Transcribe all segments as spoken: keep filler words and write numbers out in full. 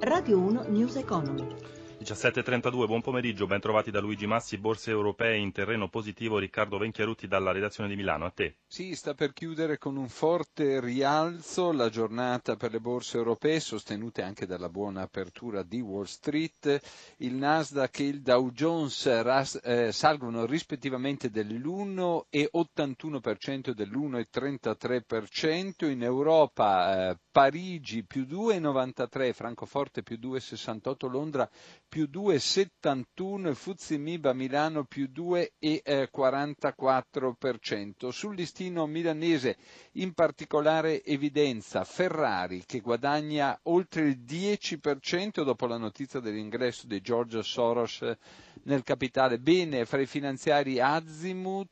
Radio uno News Economy. diciassette e trentadue, buon pomeriggio, ben trovati da Luigi Massi, borse europee in terreno positivo, Riccardo Venchiarutti dalla redazione di Milano, a te. Sì, sta per chiudere con un forte rialzo la giornata per le borse europee, sostenute anche dalla buona apertura di Wall Street. Il Nasdaq e il Dow Jones ras- eh, salgono rispettivamente dell'uno virgola ottantuno per cento e dell'uno virgola trentatré per cento. In Europa eh, Parigi più due virgola novantatré, Francoforte più due virgola sessantotto, Londra più due virgola settantuno e F T S E MIB a Milano più due virgola quarantaquattro per cento. Sul listino milanese in particolare evidenza Ferrari che guadagna oltre il dieci per cento dopo la notizia dell'ingresso di George Soros nel capitale. Bene, fra i finanziari Azimut,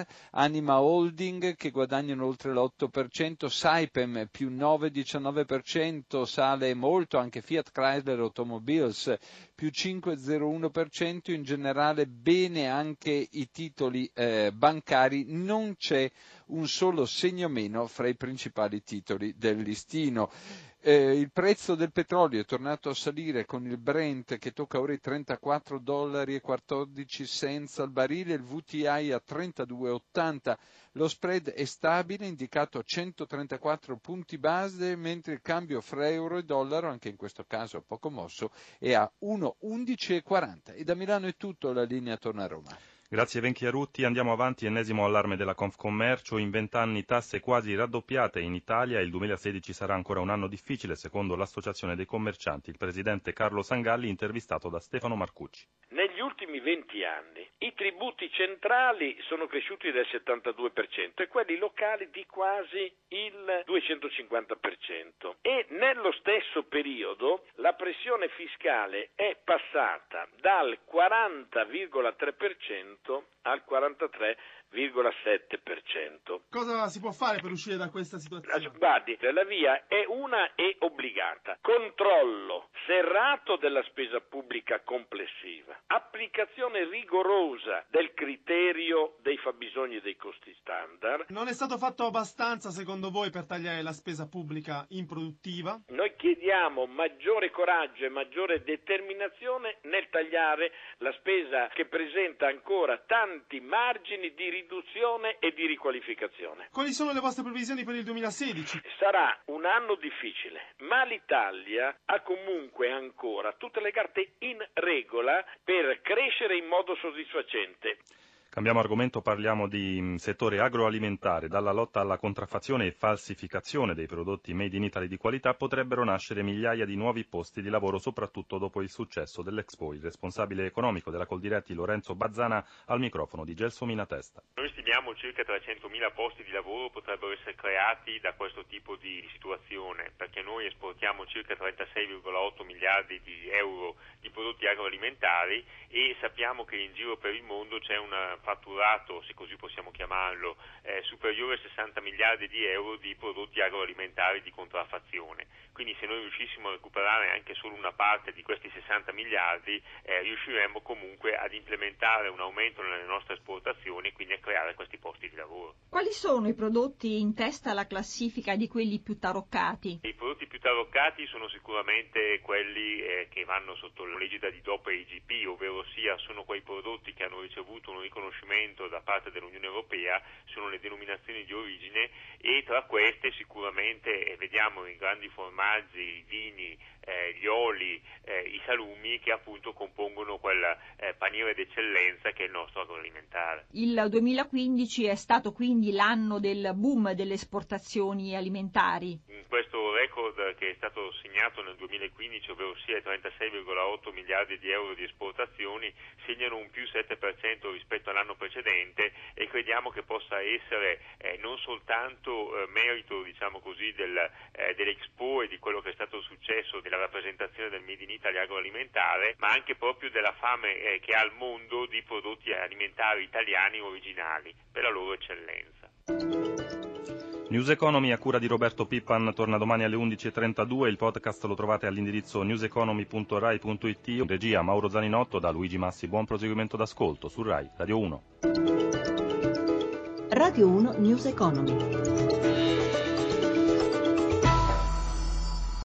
Anima Holding che guadagnano oltre l'otto per cento, Saipem più nove virgola diciannove per cento, sale molto anche Fiat Chrysler Automobiles più cinque virgola zero uno per cento, in generale bene anche i titoli eh, bancari, non c'è un solo segno meno fra i principali titoli del listino. Eh, il prezzo del petrolio è tornato a salire con il Brent che tocca ora i trentaquattro dollari e quattordici cents al barile, il V T I a trentadue virgola ottanta. Lo spread è stabile, indicato a centotrentaquattro punti base, mentre il cambio fra euro e dollaro, anche in questo caso poco mosso, è a uno virgola undici quaranta. E da Milano è tutto, la linea torna a Roma. Grazie Venchiarutti, andiamo avanti, ennesimo allarme della Confcommercio, in vent'anni tasse quasi raddoppiate in Italia, il duemilasedici sarà ancora un anno difficile secondo l'Associazione dei Commercianti, il presidente Carlo Sangalli intervistato da Stefano Marcucci. Negli ultimi venti anni i tributi centrali sono cresciuti del settantadue per cento e quelli locali di quasi il duecentocinquanta per cento e nello stesso periodo la pressione fiscale è passata dal quaranta virgola tre per cento al quarantatré virgola sette per cento. Cosa si può fare per uscire da questa situazione? Guardi, la via è una e obbligata. Controllo serrato della spesa pubblica complessiva, applicazione rigorosa del criterio dei fabbisogni e dei costi standard. Non è stato fatto abbastanza, secondo voi, per tagliare la spesa pubblica improduttiva? Noi chiediamo maggiore coraggio e maggiore determinazione nel tagliare la spesa che presenta ancora tanti margini di riduzione e di riqualificazione. Quali sono le vostre previsioni per il duemilasedici? Sarà un anno difficile, ma l'Italia ha comunque ancora tutte le carte in regola per crescere in modo soddisfacente. Cambiamo argomento, parliamo di settore agroalimentare. Dalla lotta alla contraffazione e falsificazione dei prodotti made in Italy di qualità potrebbero nascere migliaia di nuovi posti di lavoro, soprattutto dopo il successo dell'Expo. Il responsabile economico della Coldiretti, Lorenzo Bazzana, al microfono di Gelsomina Testa. Noi stimiamo circa trecentomila posti di lavoro potrebbero essere creati da questo tipo di situazione, perché noi esportiamo circa trentasei virgola otto miliardi di euro di prodotti agroalimentari e sappiamo che in giro per il mondo c'è un fatturato, se così possiamo chiamarlo, eh, superiore a sessanta miliardi di euro di prodotti agroalimentari di contraffazione. Quindi se noi riuscissimo a recuperare anche solo una parte di questi sessanta miliardi, eh, riusciremmo comunque ad implementare un aumento nelle nostre esportazioni e quindi a creare questi posti di lavoro. Quali sono i prodotti in testa alla classifica di quelli più taroccati? I prodotti più taroccati sono sicuramente quelli eh, che vanno sotto l'egida di D O P e I G P, ovvero sia sono quei prodotti che hanno ricevuto un riconoscimento da parte dell'Unione Europea, sono le denominazioni di origine e tra queste sicuramente eh, vediamo i grandi formaggi, i vini, eh, gli oli, eh, i salumi che appunto compongono quel eh, paniere d'eccellenza che è il nostro agroalimentare. Il duemilaquindici è stato quindi l'anno del boom delle esportazioni alimentari. In questo record che è stato segnato nel duemilaquindici, ovvero sia i trentasei virgola otto miliardi di euro di esportazioni, segnano un più sette per cento rispetto all'anno precedente e crediamo che possa essere eh, non soltanto eh, merito, diciamo così, del, eh, dell'Expo e di quello che è stato il successo della rappresentazione del Made in Italy agroalimentare, ma anche proprio della fame eh, che ha il mondo di prodotti alimentari italiani originali per la loro eccellenza. News Economy a cura di Roberto Pippan torna domani alle undici e trentadue, il podcast lo trovate all'indirizzo newseconomy punto rai punto it, in regia Mauro Zaninotto, da Luigi Massi, buon proseguimento d'ascolto su Rai Radio uno. Radio uno News Economy.